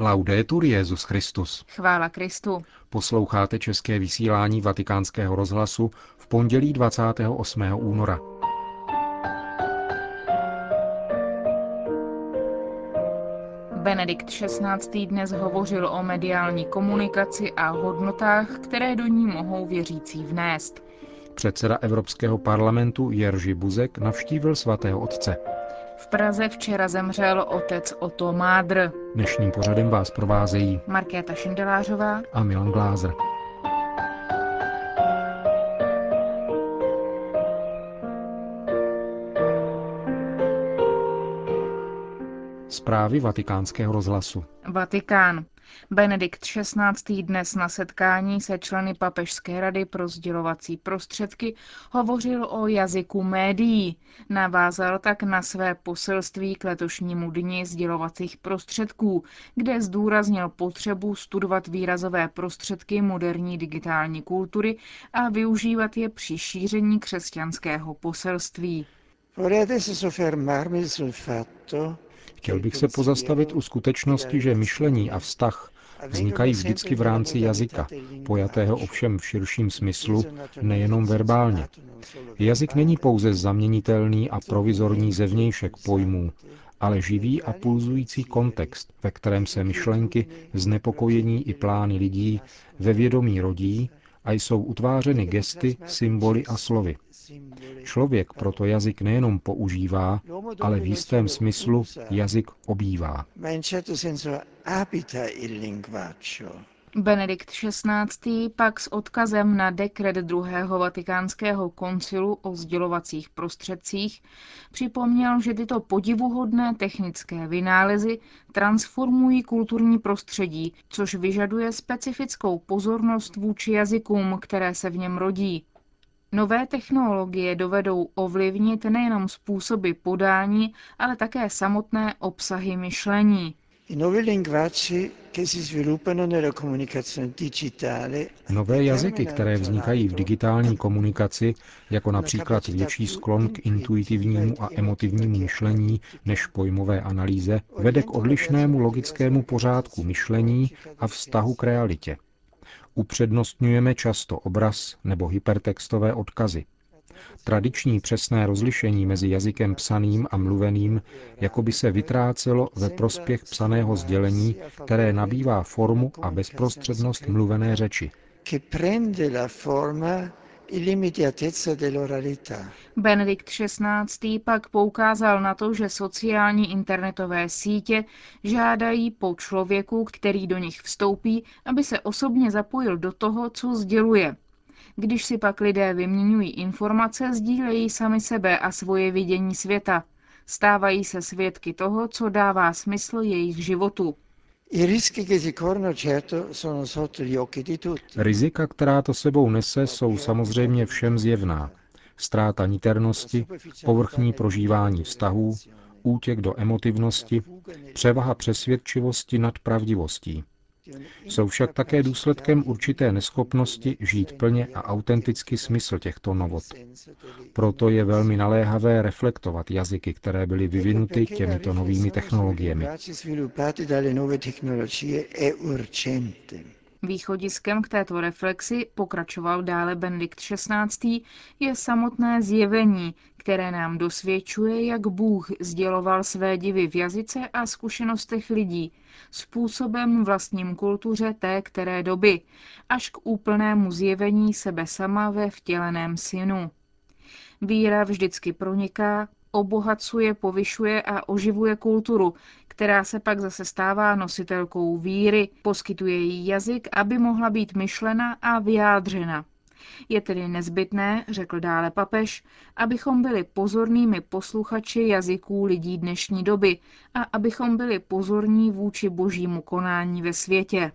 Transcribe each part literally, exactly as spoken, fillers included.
Laudetur Jesus Christus. Chvála Kristu. Posloucháte české vysílání Vatikánského rozhlasu v pondělí dvacátého osmého února. Benedikt šestnáctý. dnes hovořil o mediální komunikaci a hodnotách, které do ní mohou věřící vnést. Předseda Evropského parlamentu Jerzy Buzek navštívil svatého otce. V Praze včera zemřel otec Otto Mádr. Dnešním pořadem vás provázejí Markéta Šindelářová a Milan Glázer. Zprávy Vatikánského rozhlasu. Vatikán. Benedikt šestnáctý. dnes na setkání se členy Papežské rady pro sdělovací prostředky hovořil o jazyku médií. Navázal tak na své poselství k letošnímu dni sdělovacích prostředků, kde zdůraznil potřebu studovat výrazové prostředky moderní digitální kultury a využívat je při šíření křesťanského poselství. Chtěl bych se pozastavit u skutečnosti, že myšlení a vztah vznikají vždycky v rámci jazyka, pojatého ovšem v širším smyslu, nejenom verbálně. Jazyk není pouze zaměnitelný a provizorní zevnějšek pojmů, ale živý a pulzující kontext, ve kterém se myšlenky, znepokojení i plány lidí ve vědomí rodí a jsou utvářeny gesty, symboly a slovy. Člověk proto jazyk nejenom používá, ale v jistém smyslu jazyk obývá. Benedikt šestnáctý. pak s odkazem na dekret druhého vatikánského koncilu o sdělovacích prostředcích připomněl, že tyto podivuhodné technické vynálezy transformují kulturní prostředí, což vyžaduje specifickou pozornost vůči jazykům, které se v něm rodí. Nové technologie dovedou ovlivnit nejenom způsoby podání, ale také samotné obsahy myšlení. Nové jazyky, které vznikají v digitální komunikaci, jako například větší sklon k intuitivnímu a emotivnímu myšlení než pojmové analýze, vede k odlišnému logickému pořádku myšlení a vztahu k realitě. Upřednostňujeme často obraz nebo hypertextové odkazy. Tradiční přesné rozlišení mezi jazykem psaným a mluveným jako by se vytrácelo ve prospěch psaného sdělení, které nabývá formu a bezprostřednost mluvené řeči. Benedikt šestnáctý. pak poukázal na to, že sociální internetové sítě žádají po člověku, který do nich vstoupí, aby se osobně zapojil do toho, co sděluje. Když si pak lidé vyměňují informace, sdílejí sami sebe a svoje vidění světa. Stávají se svědky toho, co dává smysl jejich životu. Rizika, která to sebou nese, jsou samozřejmě všem zjevná. Ztráta niternosti, povrchní prožívání vztahů, útěk do emotivnosti, převaha přesvědčivosti nad pravdivostí. Jsou však také důsledkem určité neschopnosti žít plně a autenticky smysl těchto novot. Proto je velmi naléhavé reflektovat jazyky, které byly vyvinuty těmito novými technologiemi. Východiskem k této reflexi, pokračoval dále Benedikt šestnáctý. je samotné zjevení, které nám dosvědčuje, jak Bůh sděloval své divy v jazyce a zkušenostech lidí, způsobem vlastním kultuře té které doby, až k úplnému zjevení sebe sama ve vtěleném synu. Víra vždycky proniká, obohacuje, povyšuje a oživuje kulturu, která se pak zase stává nositelkou víry, poskytuje jí jazyk, aby mohla být myšlena a vyjádřena. Je tedy nezbytné, řekl dále papež, abychom byli pozornými posluchači jazyků lidí dnešní doby a abychom byli pozorní vůči božímu konání ve světě.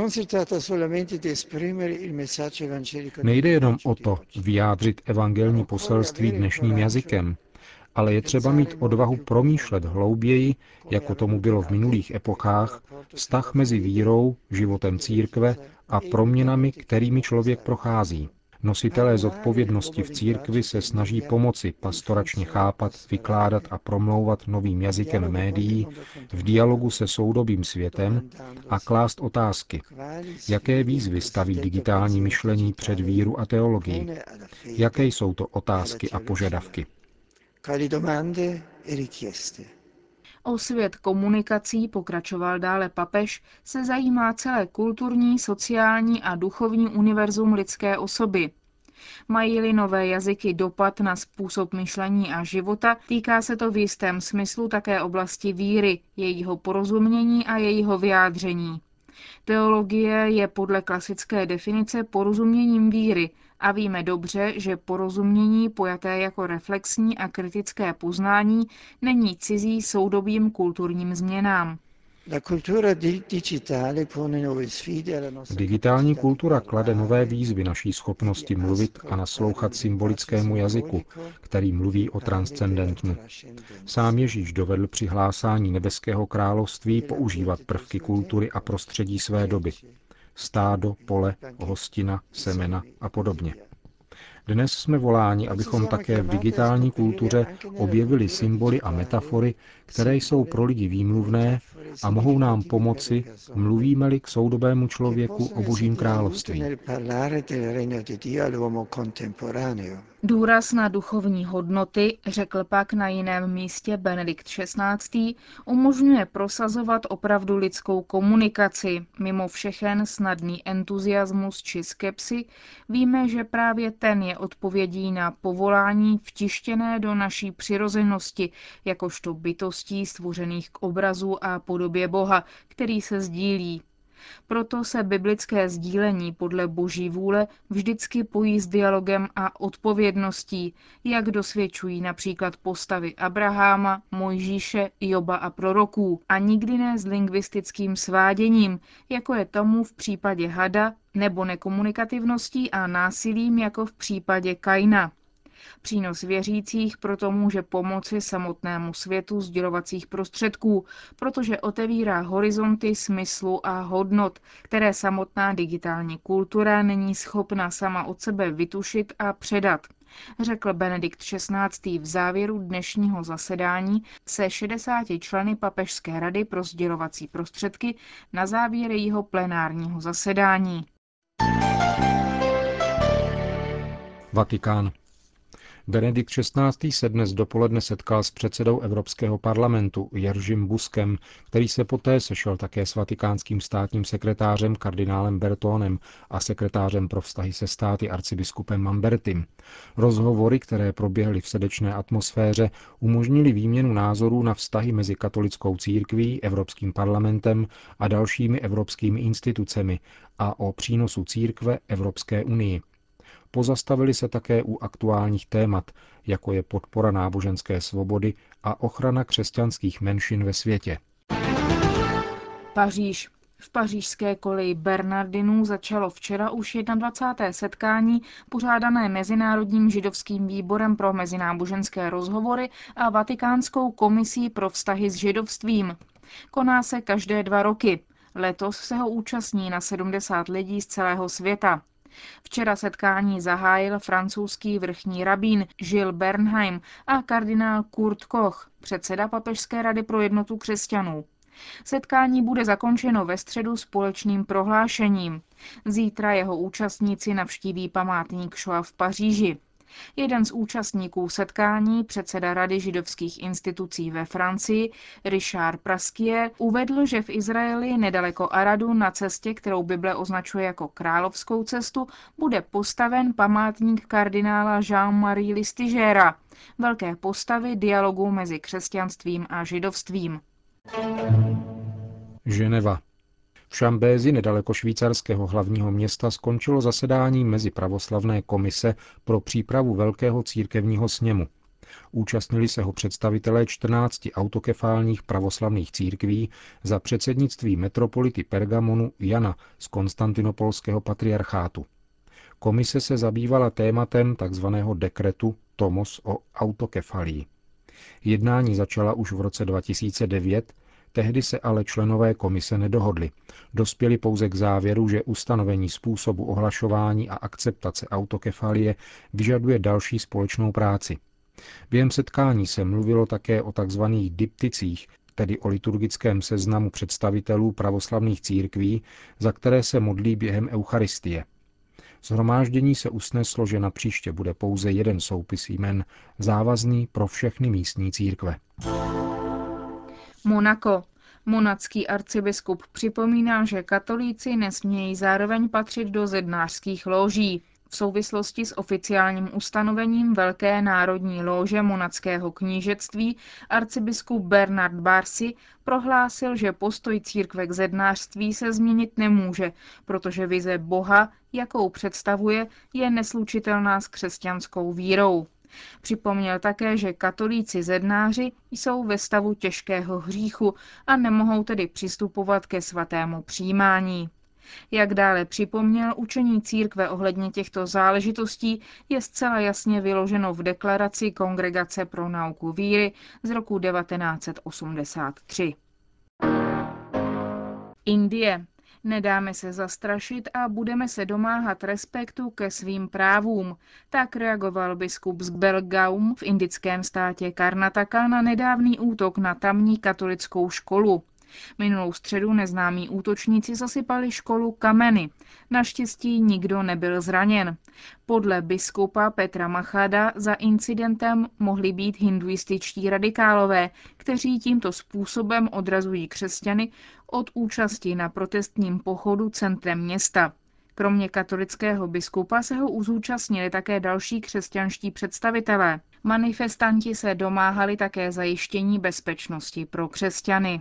Nejde jenom o to vyjádřit evangelní poselství dnešním jazykem, ale je třeba mít odvahu promýšlet hlouběji, jako tomu bylo v minulých epochách, vztah mezi vírou, životem církve a proměnami, kterými člověk prochází. Nositelé zodpovědnosti v církvi se snaží pomoci pastoračně chápat, vykládat a promlouvat novým jazykem médií v dialogu se soudobým světem a klást otázky, jaké výzvy staví digitální myšlení před víru a teologii, jaké jsou to otázky a požadavky. O svět komunikací, pokračoval dále papež, se zajímá celé kulturní, sociální a duchovní univerzum lidské osoby. Mají-li nové jazyky dopad na způsob myšlení a života, týká se to v jistém smyslu také oblasti víry, jejího porozumění a jejího vyjádření. Teologie je podle klasické definice porozuměním víry a víme dobře, že porozumění pojaté jako reflexní a kritické poznání není cizí soudobým kulturním změnám. Digitální kultura klade nové výzvy naší schopnosti mluvit a naslouchat symbolickému jazyku, který mluví o transcendentnu. Sám Ježíš dovedl při hlásání nebeského království používat prvky kultury a prostředí své doby. Stádo, pole, hostina, semena a podobně. Dnes jsme voláni, abychom také v digitální kultuře objevili symboly a metafory, které jsou pro lidi výmluvné a mohou nám pomoci, mluvíme-li k soudobému člověku o Božím království. Důraz na duchovní hodnoty, řekl pak na jiném místě Benedikt šestnáctý, umožňuje prosazovat opravdu lidskou komunikaci. Mimo všechen snadný entuziasmus či skepsi, víme, že právě ten je odpovědí na povolání vtištěné do naší přirozenosti, jakožto bytostí stvořených k obrazu a podobě Boha, který se sdílí. Proto se biblické sdílení podle Boží vůle vždycky pojí s dialogem a odpovědností, jak dosvědčují například postavy Abraháma, Mojžíše, Joba a proroků, a nikdy ne s lingvistickým sváděním, jako je tomu v případě hada, nebo nekomunikativností a násilím, jako v případě Kaina. Přínos věřících proto může pomoci samotnému světu sdělovacích prostředků, protože otevírá horizonty smyslu a hodnot, které samotná digitální kultura není schopna sama od sebe vytušit a předat, řekl Benedikt šestnáctý v závěru dnešního zasedání se šedesáti členy Papežské rady pro sdělovací prostředky na závěr jejího plenárního zasedání. Vatikán. Benedikt šestnáctý se dnes dopoledne setkal s předsedou Evropského parlamentu Jeržím Buskem, který se poté sešel také s vatikánským státním sekretářem kardinálem Bertónem a sekretářem pro vztahy se státy arcibiskupem Mambertim. Rozhovory, které proběhly v srdečné atmosféře, umožnili výměnu názorů na vztahy mezi katolickou církví, Evropským parlamentem a dalšími evropskými institucemi a o přínosu církve Evropské unii. Pozastavili se také u aktuálních témat, jako je podpora náboženské svobody a ochrana křesťanských menšin ve světě. Paříž. V pařížské koleji Bernardinů začalo včera už dvacáté první setkání pořádané Mezinárodním židovským výborem pro mezináboženské rozhovory a Vatikánskou komisí pro vztahy s židovstvím. Koná se každé dva roky. Letos se ho účastní na sedmdesát lidí z celého světa. Včera setkání zahájil francouzský vrchní rabín Gilles Bernheim a kardinál Kurt Koch, předseda Papežské rady pro jednotu křesťanů. Setkání bude zakončeno ve středu společným prohlášením. Zítra jeho účastníci navštíví památník Shoah v Paříži. Jeden z účastníků setkání, předseda Rady židovských institucí ve Francii, Richard Praskier, uvedl, že v Izraeli nedaleko Aradu na cestě, kterou Bible označuje jako královskou cestu, bude postaven památník kardinála Jean-Marie Listigera, velké postavy dialogu mezi křesťanstvím a židovstvím. Ženeva. V Šambézi nedaleko švýcarského hlavního města skončilo zasedání Mezipravoslavné komise pro přípravu Velkého církevního sněmu. Účastnili se ho představitelé čtrnácti autokefálních pravoslavných církví za předsednictví metropolity Pergamonu Jana z konstantinopolského patriarchátu. Komise se zabývala tématem tzv. Dekretu Tomos o autokefalii. Jednání začala už v roce dva tisíce devět, Tehdy se ale členové komise nedohodli. Dospěli pouze k závěru, že ustanovení způsobu ohlašování a akceptace autokefalie vyžaduje další společnou práci. Během setkání se mluvilo také o tzv. Diptycích, tedy o liturgickém seznamu představitelů pravoslavných církví, za které se modlí během eucharistie. Shromáždění se usneslo, že na příště bude pouze jeden soupis jmen, závazný pro všechny místní církve. Monako. Monacký arcibiskup připomíná, že katolíci nesmějí zároveň patřit do zednářských lóží. V souvislosti s oficiálním ustanovením Velké národní lóže monackého knížectví arcibiskup Bernard Barsi prohlásil, že postoj církve k zednářství se změnit nemůže, protože vize Boha, jakou představuje, je neslučitelná s křesťanskou vírou. Připomněl také, že katolíci zednáři jsou ve stavu těžkého hříchu a nemohou tedy přistupovat ke svatému přijímání. Jak dále připomněl, učení církve ohledně těchto záležitostí je zcela jasně vyloženo v deklaraci Kongregace pro nauku víry z roku devatenáct set osmdesát tři. Indie. Nedáme se zastrašit a budeme se domáhat respektu ke svým právům. Tak reagoval biskup z Belgaum v indickém státě Karnataka na nedávný útok na tamní katolickou školu. Minulou středu neznámí útočníci zasypali školu kameny. Naštěstí nikdo nebyl zraněn. Podle biskupa Petra Machada za incidentem mohli být hinduističtí radikálové, kteří tímto způsobem odrazují křesťany od účasti na protestním pochodu centrem města. Kromě katolického biskupa se ho zúčastnili také další křesťanští představitelé. Manifestanti se domáhali také zajištění bezpečnosti pro křesťany.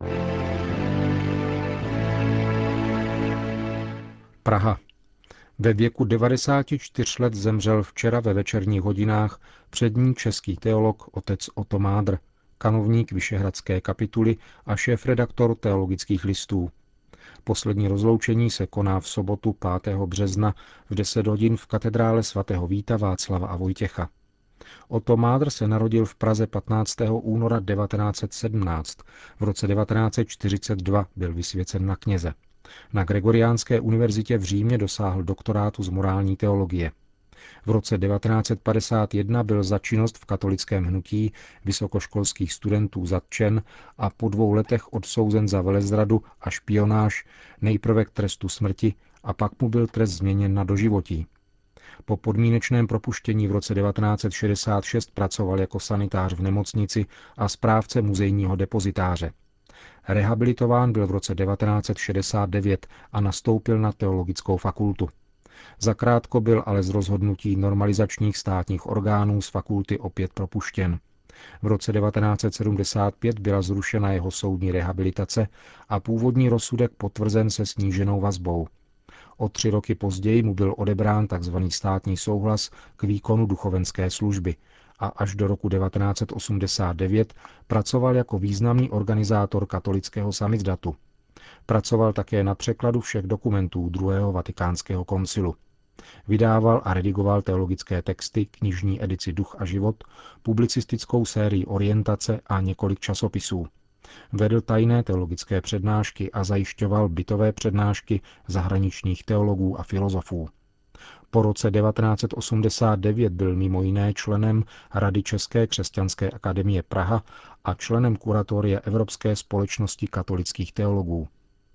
Praha. Ve věku devadesáti čtyř let zemřel včera ve večerních hodinách přední český teolog otec Otto Mádr, kanovník Vyšehradské kapituly a šéfredaktor Teologických listů. Poslední rozloučení se koná v sobotu pátého března v deset hodin v katedrále svatého Víta, Václava a Vojtěcha. Otto Mádr se narodil v Praze patnáctého února devatenáct set sedmnáct. V roce devatenáct set čtyřicet dva byl vysvěcen na kněze. Na Gregoriánské univerzitě v Římě dosáhl doktorátu z morální teologie. V roce devatenáct set padesát jedna byl za činnost v katolickém hnutí vysokoškolských studentů zatčen a po dvou letech odsouzen za velezradu a špionáž, nejprve k trestu smrti a pak mu byl trest změněn na doživotí. Po podmínečném propuštění v roce devatenáct set šedesát šest pracoval jako sanitář v nemocnici a správce muzejního depozitáře. Rehabilitován byl v roce devatenáct set šedesát devět a nastoupil na teologickou fakultu. Zakrátko byl ale z rozhodnutí normalizačních státních orgánů z fakulty opět propuštěn. V roce devatenáct set sedmdesát pět byla zrušena jeho soudní rehabilitace a původní rozsudek potvrzen se sníženou vazbou. O tři roky později mu byl odebrán tzv. Státní souhlas k výkonu duchovenské služby a až do roku devatenáct set osmdesát devět pracoval jako významný organizátor katolického samizdatu. Pracoval také na překladu všech dokumentů druhého vatikánského koncilu. Vydával a redigoval teologické texty, knižní edici Duch a život, publicistickou sérii Orientace a několik časopisů. Vedl tajné teologické přednášky a zajišťoval bytové přednášky zahraničních teologů a filozofů. Po roce devatenáct set osmdesát devět byl mimo jiné členem Rady České křesťanské akademie Praha a členem kuratoria Evropské společnosti katolických teologů.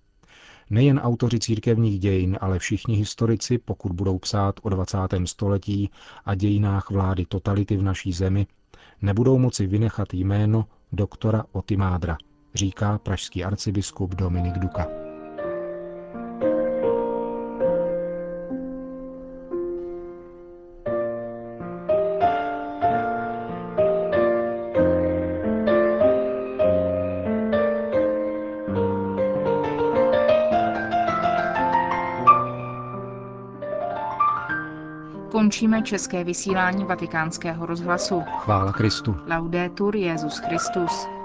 Nejen autoři církevních dějin, ale všichni historici, pokud budou psát o dvacátém století a dějinách vlády totality v naší zemi, nebudou moci vynechat jméno doktora Otty Mádra, říká pražský arcibiskup Dominik Duka. Končíme české vysílání Vatikánského rozhlasu. Chvála Kristu. Laudetur Jesus Christus.